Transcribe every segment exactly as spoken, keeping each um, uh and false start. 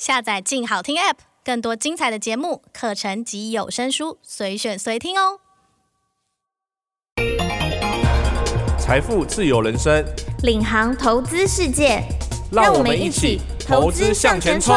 下载静好听 App， 更多精彩的节目、课程及有声书，随选随听哦。 财富自由人生， 领航投资世界， 让我们一起投资向前冲。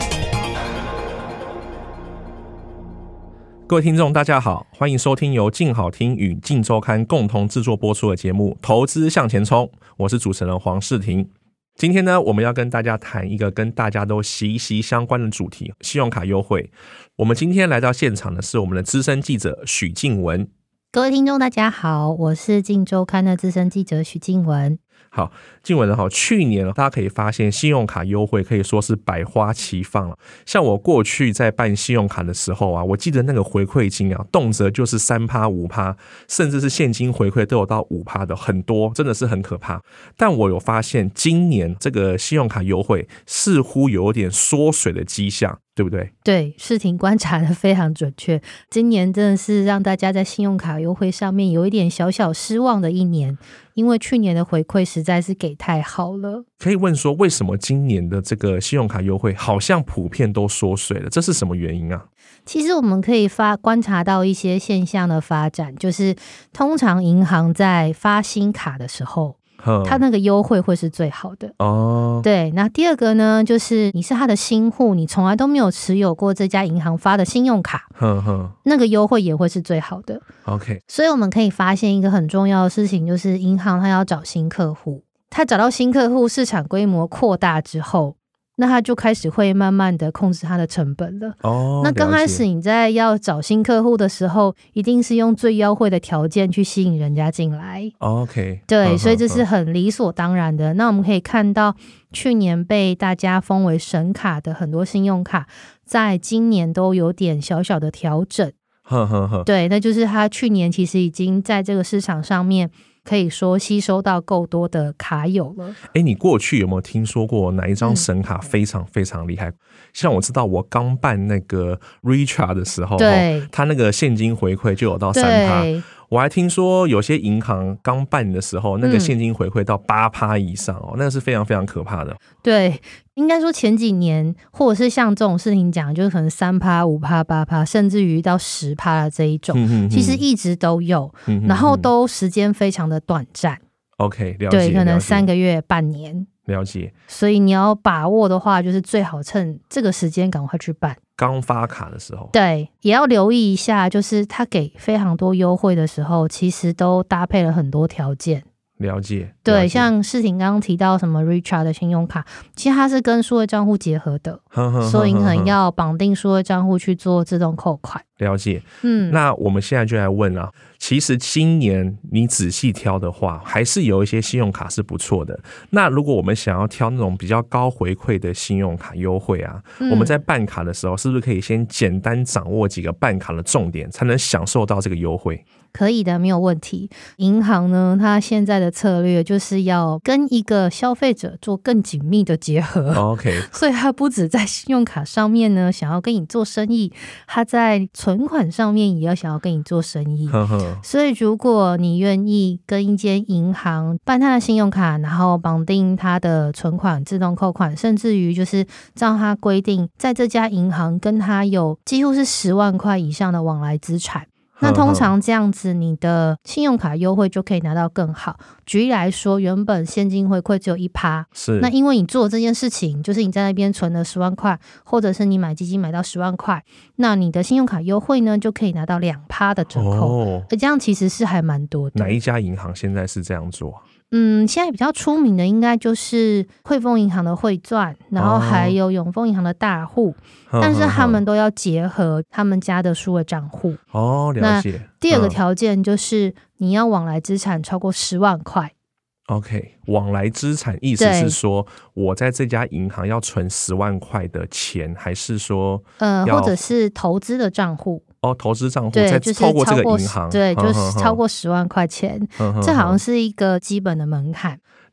各位听众大家好，欢迎收听由静好听与静周刊共同制作播出的节目《投资向前冲》，我是主持人黄世廷。今天呢，我们要跟大家谈一个跟大家都息息相关的主题——信用卡优惠。我们今天来到现场的是我们的资深记者许静文。 各位听众大家好，我是静周刊的资深记者许静文。 好，静文好，去年大家可以发现信用卡优惠可以说是百花齐放了。像我过去在办信用卡的时候啊，我记得那个回馈金啊，动辄就是 百分之三、百分之五， 甚至是现金回馈都有到 百分之五 的，很多，真的是很可怕。但我有发现今年这个信用卡优惠似乎有点缩水的迹象，对不对？ 对，世廷观察的非常准确。今年真的是让大家在信用卡优惠上面有一点小小失望的一年，因为去年的回馈实在是给太好了。 可以问说，为什么今年的这个信用卡优惠好像普遍都缩水了？这是什么原因啊？ 其实我们可以发观察到一些现象的发展，就是通常银行在发新卡的时候，它那个优惠会是最好的哦。对，那第二个呢，就是你是他的新户，你从来都没有持有过这家银行发的信用卡，呵呵，那个优惠也会是最好的。 OK， 所以我们可以发现一个很重要的事情，就是银行它要找新客户，它找到新客户，市场规模扩大之后，那他就开始会慢慢的控制他的成本了。哦，那刚开始你在要找新客户的时候，一定是用最优惠的条件去吸引人家进来。 OK， 对， 呵呵， 所以这是很理所当然的。那我们可以看到，去年被大家封为神卡的很多信用卡，在今年都有点小小的调整。呵呵呵，对，那就是他去年其实已经在这个市场上面可以说吸收到够多的卡友了。 哎，你过去有没有听说过哪一张神卡非常非常厉害？嗯，像我知道我刚办那个 Richard 的时候，对，他那个现金回馈就有到 百分之三。我还听说有些银行刚办的时候，那个现金回馈到 百分之八 以上哦，那个是非常非常可怕的。 对，应该说前几年，或者是像这种事情讲，就是可能 百分之三、五、百分之八，甚至于到 百分之十 的这一种，嗯，其实一直都有，嗯，然后都时间非常的短暂。 OK， 了解。 对，可能三个月、半年。 了解。 所以你要把握的话，就是最好趁这个时间赶快去办。 刚发卡的时候， 对，也要留意一下，就是他给非常多优惠的时候，其实都搭配了很多条件。 了解。 对，像世廷刚刚提到什么 Richard 的信用卡，其实它是跟数位账户结合的，呵呵呵呵，所以银行要绑定数位账户去做自动扣款。 了解。嗯，那我们现在就来问啊，其实今年你仔细挑的话，还是有一些信用卡是不错的。那如果我们想要挑那种比较高回馈的信用卡优惠啊，嗯，我们在办卡的时候，是不是可以先简单掌握几个办卡的重点，才能享受到这个优惠？ 可以的，没有问题。银行呢，它现在的策略就是要跟一个消费者做更紧密的结合。 OK， 所以它不止在信用卡上面呢想要跟你做生意，它在存款上面也要想要跟你做生意。呵呵，所以如果你愿意跟一间银行办它的信用卡，然后绑定它的存款自动扣款，甚至于就是照它规定，在这家银行跟它有几乎是十万块以上的往来资产，那通常这样子你的信用卡优惠就可以拿到更好。举例来说，原本现金回馈只有 百分之一， 是那因为你做这件事情，就是你在那边存了十万块，或者是你买基金买到十万块，那你的信用卡优惠呢就可以拿到 百分之二 的折扣。哦，这样其实是还蛮多的。 哪一家银行现在是这样做？ 嗯，现在比较出名的应该就是汇丰银行的汇钻，然后还有永丰银行的大户，哦，但是他们都要结合他们家的数位账户。 哦，了解。 第二个条件就是你要往来资产超过十万块。 OK， 往来资产意思是说我在这家银行要存十万块的钱，还是说呃，或者是投资的账户？ 哦，投资账户再透过这个银行， 对，就是超过十万块钱，呵呵呵，这好像是一个基本的门槛。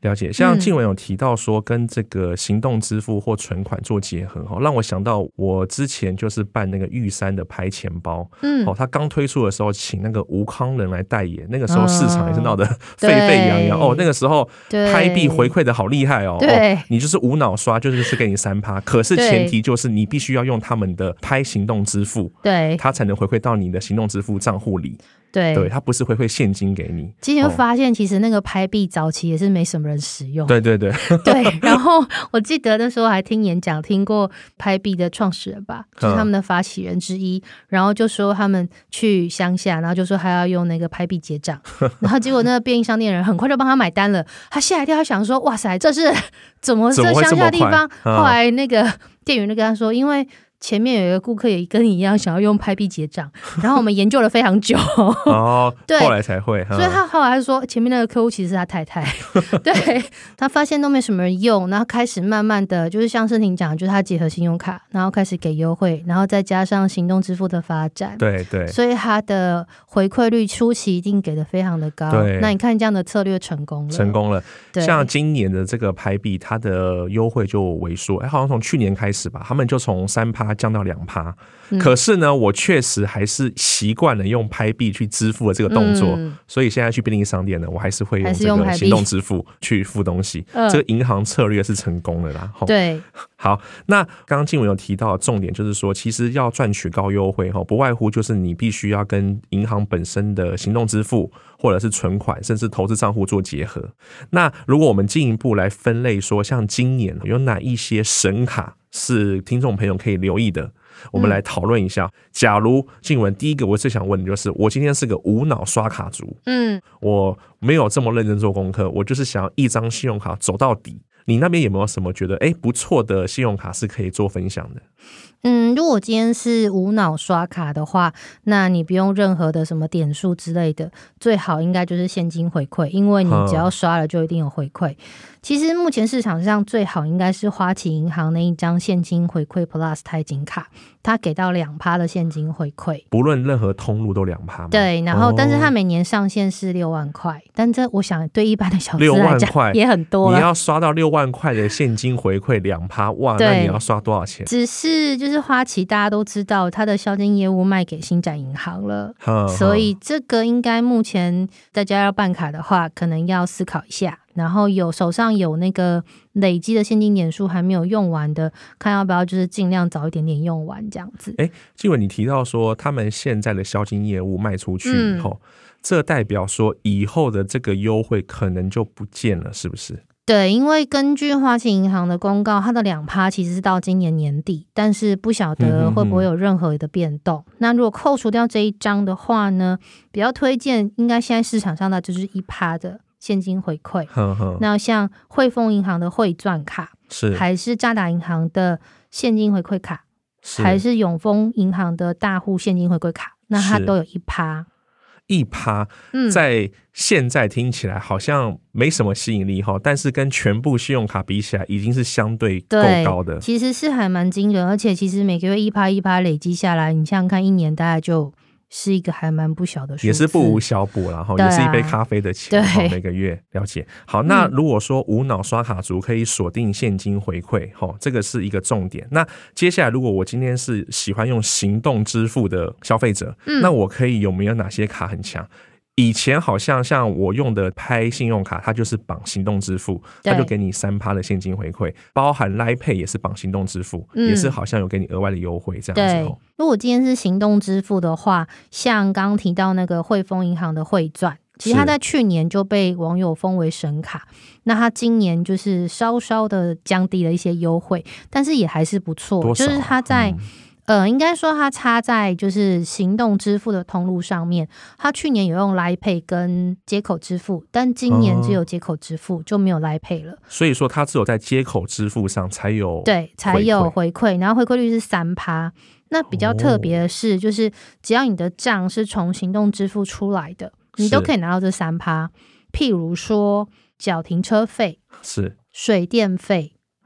了解。像静文有提到说跟这个行动支付或存款做结合，让我想到我之前就是办那个玉山的拍钱包，嗯，他刚推出的时候请那个吴康仁来代言，那个时候市场也是闹得沸沸扬扬、哦、那个时候拍币回馈的好厉害 哦, 哦，你就是无脑刷就是是给你 百分之三， 可是前提就是你必须要用他们的拍行动支付，对，它才能回馈到你的行动支付账户里。对, 对，它不是会会现金给你。 其实发现其实那个拍币早期也是没什么人使用。 对对对对，然后我记得那时候还听演讲，听过拍币的创始人吧，就是他们的发起人之一，然后就说他们去乡下，然后就说还要用那个拍币结账，然后结果那个便利商店人很快就帮他买单了，他吓一跳，他想说哇塞，这是怎么这乡下地方？后来那个店员就跟他说，因为前面有一个顾客也跟你一样想要用拍币结账，然后我们研究了非常久哦，对，后来才会， 所以他后来说前面那个客户其实是他太太对，他发现都没什么人用，然后开始慢慢的就是像盛婷讲，就是他结合信用卡，然后开始给优惠，然后再加上行动支付的发展， 对对， 所以他的回馈率初期一定给的非常的高。对，那你看这样的策略成功了， 成功了。像今年的这个拍币，它的优惠就萎缩，哎，好像从去年开始吧，他们就从 百分之三 降到 百分之二、嗯、可是呢我确实还是习惯了用拍币去支付的这个动作、嗯、所以现在去便利商店呢，我还是会用这个行动支付去付东西、呃、这个银行策略是成功的啦。 对， 好，那刚刚静文有提到的重点就是说，其实要赚取高优惠不外乎就是你必须要跟银行本身的行动支付或者是存款甚至投资账户做结合。那如果我们进一步来分类说，像今年有哪一些神卡是听众朋友可以留意的，我们来讨论一下、嗯、假如静文第一个我最想问的就是我今天是个无脑刷卡族，嗯，我没有这么认真做功课，我就是想要一张信用卡走到底，你那边有没有什么觉得哎不错的信用卡是可以做分享的？ 嗯，如果今天是无脑刷卡的话，那你不用任何的什么点数之类的，最好应该就是现金回馈，因为你只要刷了就一定有回馈、嗯、其实目前市场上最好应该是花旗银行那一张现金回馈 Plus 钛金卡，它给到 百分之二 的现金回馈， 不论任何通路都 百分之二对，然后、哦、但是它每年上限是六万块，但这我想对一般的小资来讲也很多了， 你要刷到六万块的现金回馈 百分之二， 哇，那你要刷多少钱？ 只是就是花旗大家都知道它的销金业务卖给星展银行了，所以这个应该目前大家要办卡的话可能要思考一下，然后有手上有那个累积的现金点数还没有用完的，看要不要就是尽量早一点点用完这样子。 哎，静文你提到说他们现在的销金业务卖出去以后、嗯、这代表说以后的这个优惠可能就不见了是不是？ 对，因为根据花旗银行的公告，它的 百分之二 其实是到今年年底，但是不晓得会不会有任何的变动、嗯、那如果扣除掉这一张的话呢，比较推荐应该现在市场上的就是 百分之一 的现金回馈，呵呵，那像汇丰银行的汇钻卡，是还是渣打银行的现金回馈卡，还是永丰银行的大户现金回馈卡，那它都有 百分之一。 一趴在现在听起来好像没什么吸引力、嗯、但是跟全部信用卡比起来已经是相对够高的， 其实是还蛮惊人，而且其实每个月一趴一趴累积下来，你想想看一年大概就是一个还蛮不小的数字， 也是不无小补啦、啊、也是一杯咖啡的钱，每个月了解。好，那如果说无脑刷卡族可以锁定现金回馈、嗯、这个是一个重点。那接下来如果我今天是喜欢用行动支付的消费者、嗯、那我可以有没有哪些卡很强？以前好像像我用的拍信用卡，它就是绑行动支付，它就给你 百分之三 的现金回馈，包含 Line Pay 也是绑行动支付、嗯、也是好像有给你额外的优惠这样子。 对，如果今天是行动支付的话，像刚刚提到那个汇丰银行的汇钻，其实它在去年就被网友封为神卡，那它今年就是稍稍的降低了一些优惠，但是也还是不错，就是它在、嗯呃，应该说它插在就是行动支付的通路上面，它去年有用 Line Pay 跟接口支付，但今年只有接口支付、哦、就没有 Line Pay 了， 所以说它只有在接口支付上才有对才有回馈，然后回馈率是 百分之三。 那比较特别的是、哦、就是只要你的账是从行动支付出来的，你都可以拿到这 百分之三。 譬如说缴停车费、是水电费、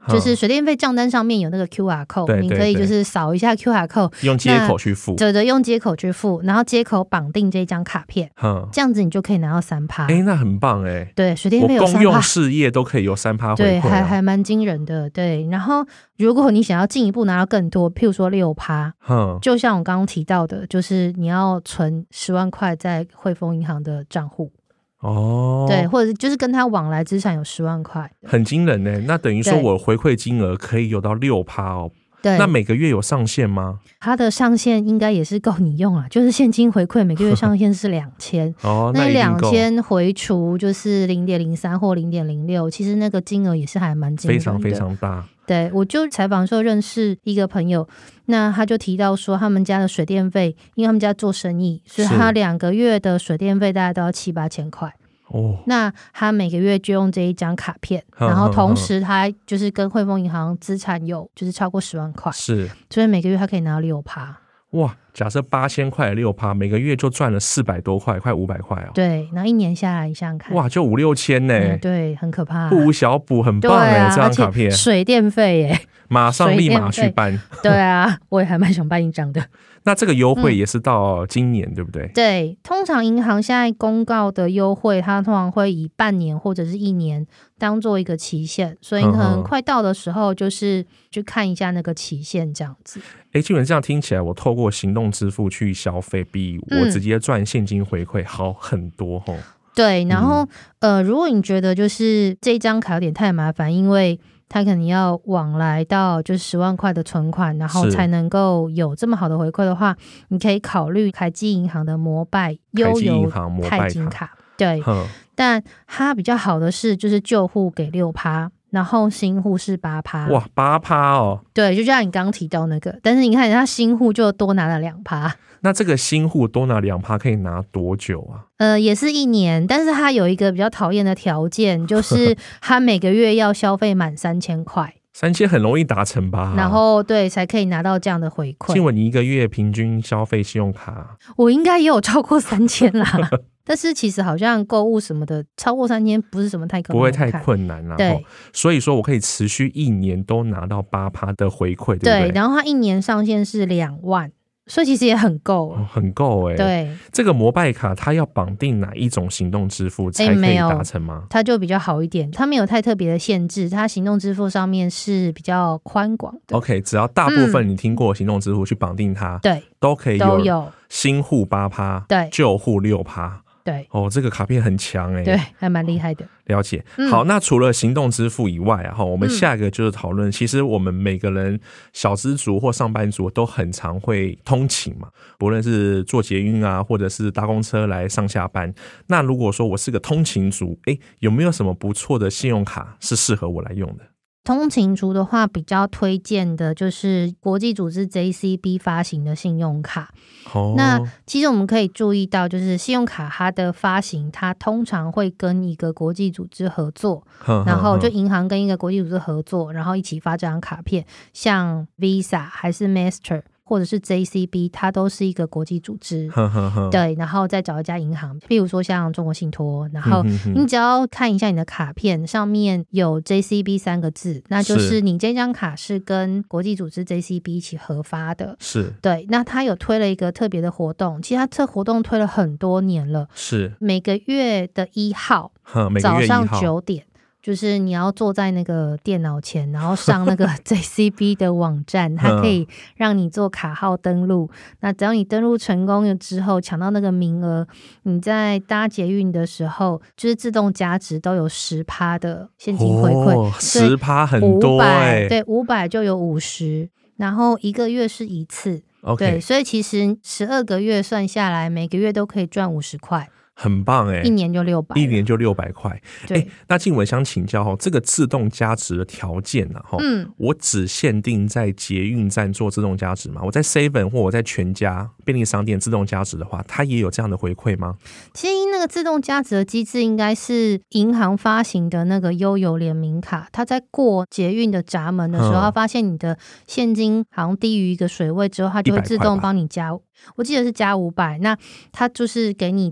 就是水电费账单上面有那个 Q R code， 你可以就是扫一下 Q R code， 用接口去付， 对对，用接口去付，然后接口绑定这张卡片，这样子你就可以拿到三趴。 哎，那很棒哎。 对，水电费有三趴， 我公用事业都可以有三趴回馈， 对，还还蛮惊人的。对，然后如果你想要进一步拿到更多，譬如说六趴，就像我刚刚提到的，就是你要存十万块在汇丰银行的账户。哦，对，或者就是跟他往来资产有十万块， 很惊人呢。那等于说我回馈金额可以有到六趴哦。 对， 那每个月有上限吗？ 它的上限应该也是够你用啊，就是现金回馈每个月上限是两千。哦，那两千回除就是零点零三或零点零六，其实那个金额也是还蛮惊人的， 非常非常大。 对，我就采访的时候认识一个朋友，那他就提到说他们家的水电费，因为他们家做生意，所以他两个月的水电费大概都要七八千块。哦，那他每个月就用这一张卡片，然后同时他就是跟汇丰银行资产有就是超过十万块， 是， 所以每个月他可以拿到六趴。 哇，假设八千块六趴，每个月就赚了四百多块，快五百块哦。 对，然后一年下来，你想想看， 哇，就五六千呢、嗯。 对，很可怕， 不无小补，很棒哎、啊，这张卡片。 水电费耶， 马上立马去办。 对啊，我也还蛮想办一张的。 那这个优惠也是到今年、嗯、对不对？ 对，通常银行现在公告的优惠，它通常会以半年或者是一年当做一个期限，所以你可能快到的时候，就是去看一下那个期限这样子。 哎，基本这样听起来，我透过行动支付去消费，比我直接赚现金回馈好很多吼。嗯、 对，然后、嗯、呃，如果你觉得就是这张卡有点太麻烦，因为他可能要往来到就是十万块的存款，然后才能够有这么好的回馈的话，你可以考虑凯基银行的摩拜悠游钛金卡。对，但它比较好的是，就是旧户给六趴，然后新户是八趴。 哇，八趴哦！ 对，就像你刚刚提到那个，但是你看，他新户就多拿了两趴。 那这个新户多拿两趴可以拿多久啊？ 呃，也是一年，但是他有一个比较讨厌的条件，就是他每个月要消费满三千块。 三千很容易达成吧？ 然后对，才可以拿到这样的回馈。 请问你一个月平均消费信用卡？ 我应该也有超过三千啦。但是其实好像购物什么的超过三千不是什么太高， 不会太困难啦。 对， 所以说我可以持续一年都拿到八趴的回馈，对不对？ 对，然后它一年上限是两万。所以其实也很够、哦、 很够哎、欸。 对， 这个摩拜卡它要绑定哪一种行动支付才可以达成吗？ 它就比较好一点，它没有太特别的限制，它行动支付上面是比较宽广的。 OK， 只要大部分你听过行动支付去绑定它，对、嗯，都可以有。 都有新户八趴，对，旧户六趴。 对哦，这个卡片很强哎、欸， 对，还蛮厉害的。 了解。好，那除了行动支付以外啊，我们下一个就是讨论、嗯，其实我们每个人小资族或上班族都很常会通勤嘛，不论是坐捷运啊，或者是搭公车来上下班。那如果说我是个通勤族，哎，有没有什么不错的信用卡是适合我来用的？ 通勤族的话，比较推荐的就是国际组织 J C B 发行的信用卡。哦、那其实我们可以注意到，就是信用卡它的发行，它通常会跟一个国际组织合作，呵呵呵然后就银行跟一个国际组织合作，然后一起发这张卡片，像 Visa 还是 Master。或者是 J C B， 它都是一个国际组织，呵呵呵对，然后再找一家银行，譬如说像中国信托，然后你只要看一下你的卡片上面有 J C B 三个字，那就是你这张卡是跟国际组织 J C B 一起合发的， 是对。那它有推了一个特别的活动，其实它这活动推了很多年了， 是每个月的一号早上九点。就是你要坐在那个电脑前，然后上那个 J C B 的网站，它可以让你做卡号登录。那只要你登录成功了之后，抢到那个名额，你在搭捷运的时候，就是自动加值都有十趴的现金回馈， 十趴很多哎、欸， 对，五百就有五十，然后一个月是一次， okay. 对，所以其实十二个月算下来，每个月都可以赚五十块。 很棒哎、欸， 一年就六百， 一年就六百块。 对、 欸，那静文想请教哈，这个自动加值的条件呢？哈，嗯，我只限定在捷运站做自动加值吗？我在 Seven 或我在全家便利商店自动加值的话，它也有这样的回馈吗？ 其实那个自动加值的机制应该是银行发行的那个悠游联名卡，它在过捷运的闸门的时候，它、嗯、发现你的现金好像低于一个水位之后，它就会自动帮你加。我记得是加五百，那它就是给你自动加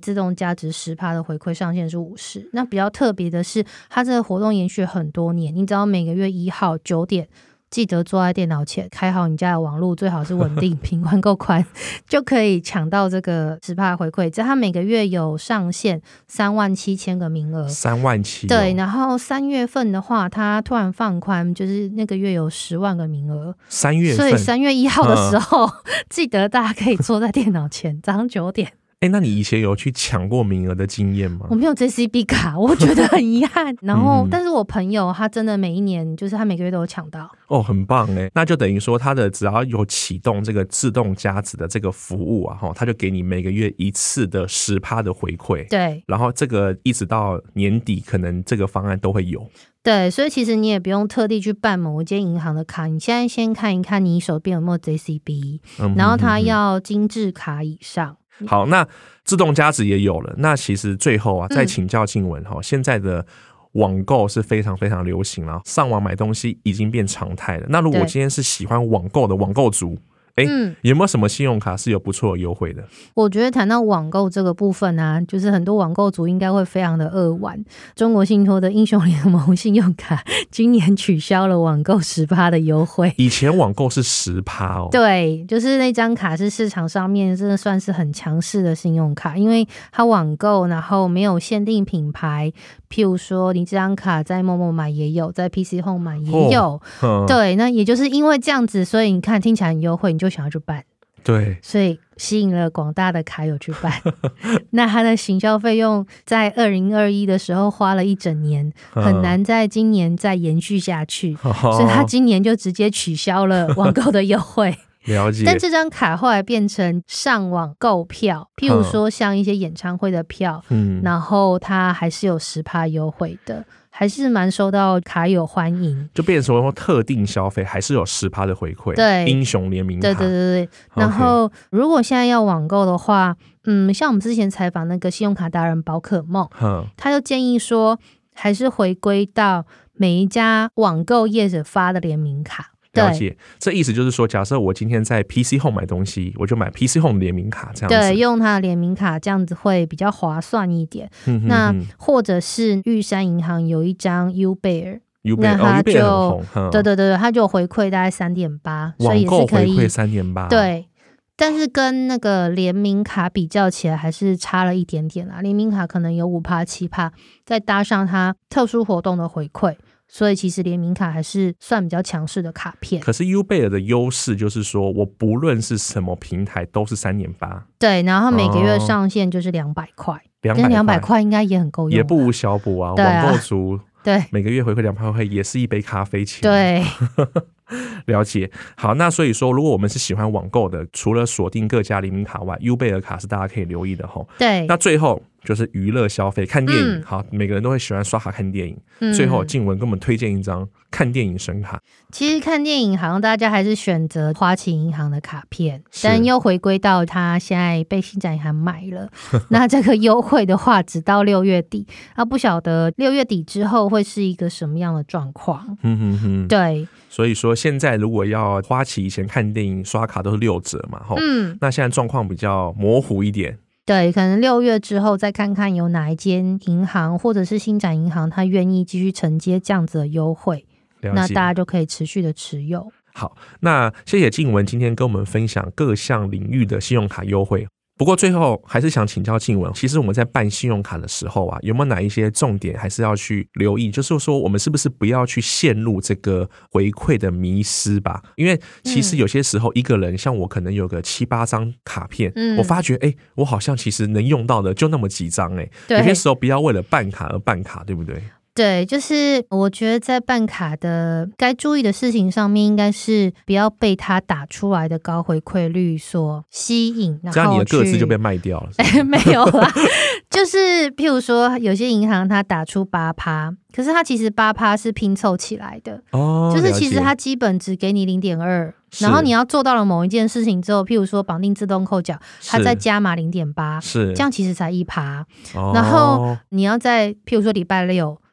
价值 百分之十 的回馈，上限是五十。那比较特别的是它这个活动延续很多年，你只要每个月一号九点记得坐在电脑前，开好你家的网络，最好是稳定频宽够宽，就可以抢到这个 百分之十 的回馈。这它每个月有上限三万七千个名额， 三万七、哦、 对。然后三月份的话它突然放宽，就是那个月有十万个名额， 三月份， 所以三月一号的时候、嗯、记得大家可以坐在电脑前早上九点。 哎、欸，那你以前有去抢过名额的经验吗？ 我没有 J C B 卡，我觉得很遗憾。然后、嗯，但是我朋友他真的每一年，就是他每个月都有抢到。 哦，很棒哎！那就等于说，他的只要有启动这个自动加值的这个服务啊，哈，他就给你每个月一次的 百分之十 的回馈。 对， 然后这个一直到年底，可能这个方案都会有。 对，所以其实你也不用特地去办某一间银行的卡，你现在先看一看你手边有没有 J C B，、嗯、然后它要精致卡以上。 好，那自动加值也有了。那其实最后啊，再请教静雯哈、嗯，现在的网购是非常非常流行了，上网买东西已经变常态了。那如果我今天是喜欢网购的网购族，哎、嗯，有没有什么信用卡是有不错的优惠的？ 我觉得谈到网购这个部分啊，就是很多网购族应该会非常的扼腕。中国信托的英雄联盟信用卡今年取消了网购 百分之十 的优惠。 以前网购是 百分之十 哦。 对，就是那张卡是市场上面真的算是很强势的信用卡，因为它网购然后没有限定品牌，譬如说你这张卡在某某买也有，在 P C Home 买也有、哦、对，那也就是因为这样子，所以你看听起来很优惠，你就想要去办， 对， 所以吸引了广大的卡友去办。那它的行销费用在二零二一的时候花了一整年，很难在今年再延续下去，所以他今年就直接取消了网购的优惠。 了解。 但这张卡后来变成上网购票，譬如说像一些演唱会的票，嗯，然后它还是有 百分之十 优惠的，还是蛮受到卡友欢迎， 就变成说特定消费还是有 百分之十 的回馈。 对， 英雄联名卡， 对对对对。然后如果现在要网购的话，嗯，像我们之前采访那个信用卡达人宝可梦，他就建议说还是回归到每一家网购业者发的联名卡。 了解，这意思就是说，假设我今天在 P C Home 买东西，我就买 P C Home 联名卡这样子。 对，用它的联名卡，这样子会比较划算一点。嗯、那或者是玉山银行有一张 Ubear， 那它就、 哦嗯、 对对对，它就回馈大概 三点八， 所以也是可以网购回馈 三点八。 对，但是跟那个联名卡比较起来，还是差了一点点啦。联名卡可能有 百分之五、百分之七， 再搭上它特殊活动的回馈。所以其实联名卡还是算比较强势的卡片。 可是 Ubear 的优势就是说，我不论是什么平台都是 三点八。 对，然后每个月上限就是两百块，跟两百块应该也很够用， 也不无小补啊。 啊网购族对每个月回馈两百块也是一杯咖啡钱。 对。 了解。好，那所以说如果我们是喜欢网购的，除了锁定各家联名卡外， Ubear 卡是大家可以留意的齁。 对。 那最后就是娱乐消费，看电影、嗯、好，每个人都会喜欢刷卡看电影、嗯、最后静雯跟我们推荐一张看电影神卡。 其实看电影好像大家还是选择花旗银行的卡片，但又回归到它现在被星展银行买了那这个优惠的话直到六月底那不晓得六月底之后会是一个什么样的状况。 嗯哼哼， 对， 所以说现在如果要花旗以前看电影刷卡都是六折嘛，嗯，那现在状况比较模糊一点。 对，可能六月之后再看看有哪一间银行或者是星展银行它愿意继续承接这样子的优惠，那大家就可以持续的持有。 好，那谢谢静雯今天跟我们分享各项领域的信用卡优惠。不过最后还是想请教静雯，其实我们在办信用卡的时候啊，有没有哪一些重点还是要去留意，就是说我们是不是不要去陷入这个回馈的迷思吧。因为其实有些时候一个人、嗯、像我可能有个七八张卡片、嗯、我发觉哎、欸，我好像其实能用到的就那么几张哎、欸，有些时候不要为了办卡而办卡，对不对？ 对，就是我觉得在办卡的该注意的事情上面，应该是不要被他打出来的高回馈率所吸引，然后这样你的个资就被卖掉了。 没有啦，就是譬如说有些银行它打出 百分之八， 可是它其实 百分之八 是拼凑起来的、哦、就是其实它基本只给你 零点二， 然后你要做到了某一件事情之后，譬如说绑定自动扣缴，它再加码 零点八， 这样其实才 百分之一、哦、然后你要在譬如说礼拜六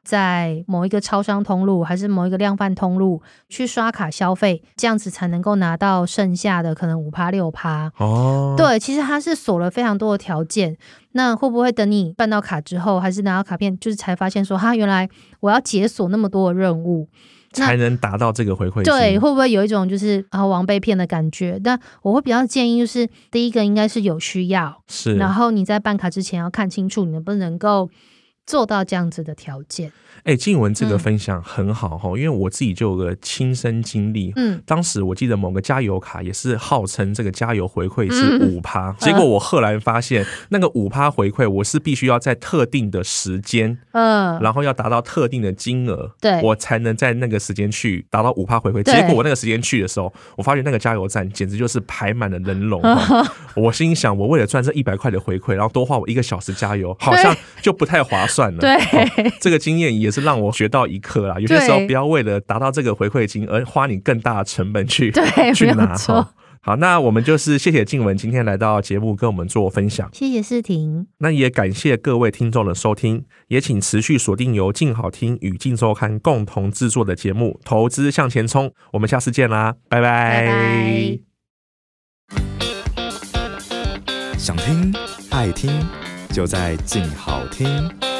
在某一个超商通路还是某一个量贩通路去刷卡消费，这样子才能够拿到剩下的可能 百分之五 六。哦，对，其实它是锁了非常多的条件。那会不会等你办到卡之后，还是拿到卡片，就是才发现说，哈，原来我要解锁那么多的任务， 才能达到这个回馈金？ 对，会不会有一种就是啊王被骗的感觉？但我会比较建议，就是第一个应该是有需要， 是， 然后你在办卡之前要看清楚你能不能够做到这样子的条件。 哎、欸，静文这个分享很好、嗯、因为我自己就有个亲身经历。嗯，当时我记得某个加油卡也是号称这个加油回馈是 百分之五、嗯、结果我赫然发现那个 百分之五 回馈我是必须要在特定的时间，嗯，然后要达到特定的金额，对，我才能在那个时间去达到 百分之五 回馈。结果我那个时间去的时候，我发现那个加油站简直就是排满了人龙、嗯、我心想我为了赚这一百块的回馈，然后多花我一个小时加油，好像就不太划算了。对、哦，这个经验也是让我学到一课啦。有些时候不要为了达到这个回馈金而花你更大的成本去去拿。好，那我们就是谢谢静文今天来到节目跟我们做分享， 谢谢世婷。 那也感谢各位听众的收听，也请持续锁定由静好听与静周刊共同制作的节目《投资向前冲》，我们下次见啦，拜拜。拜拜。 想听爱听就在静好听。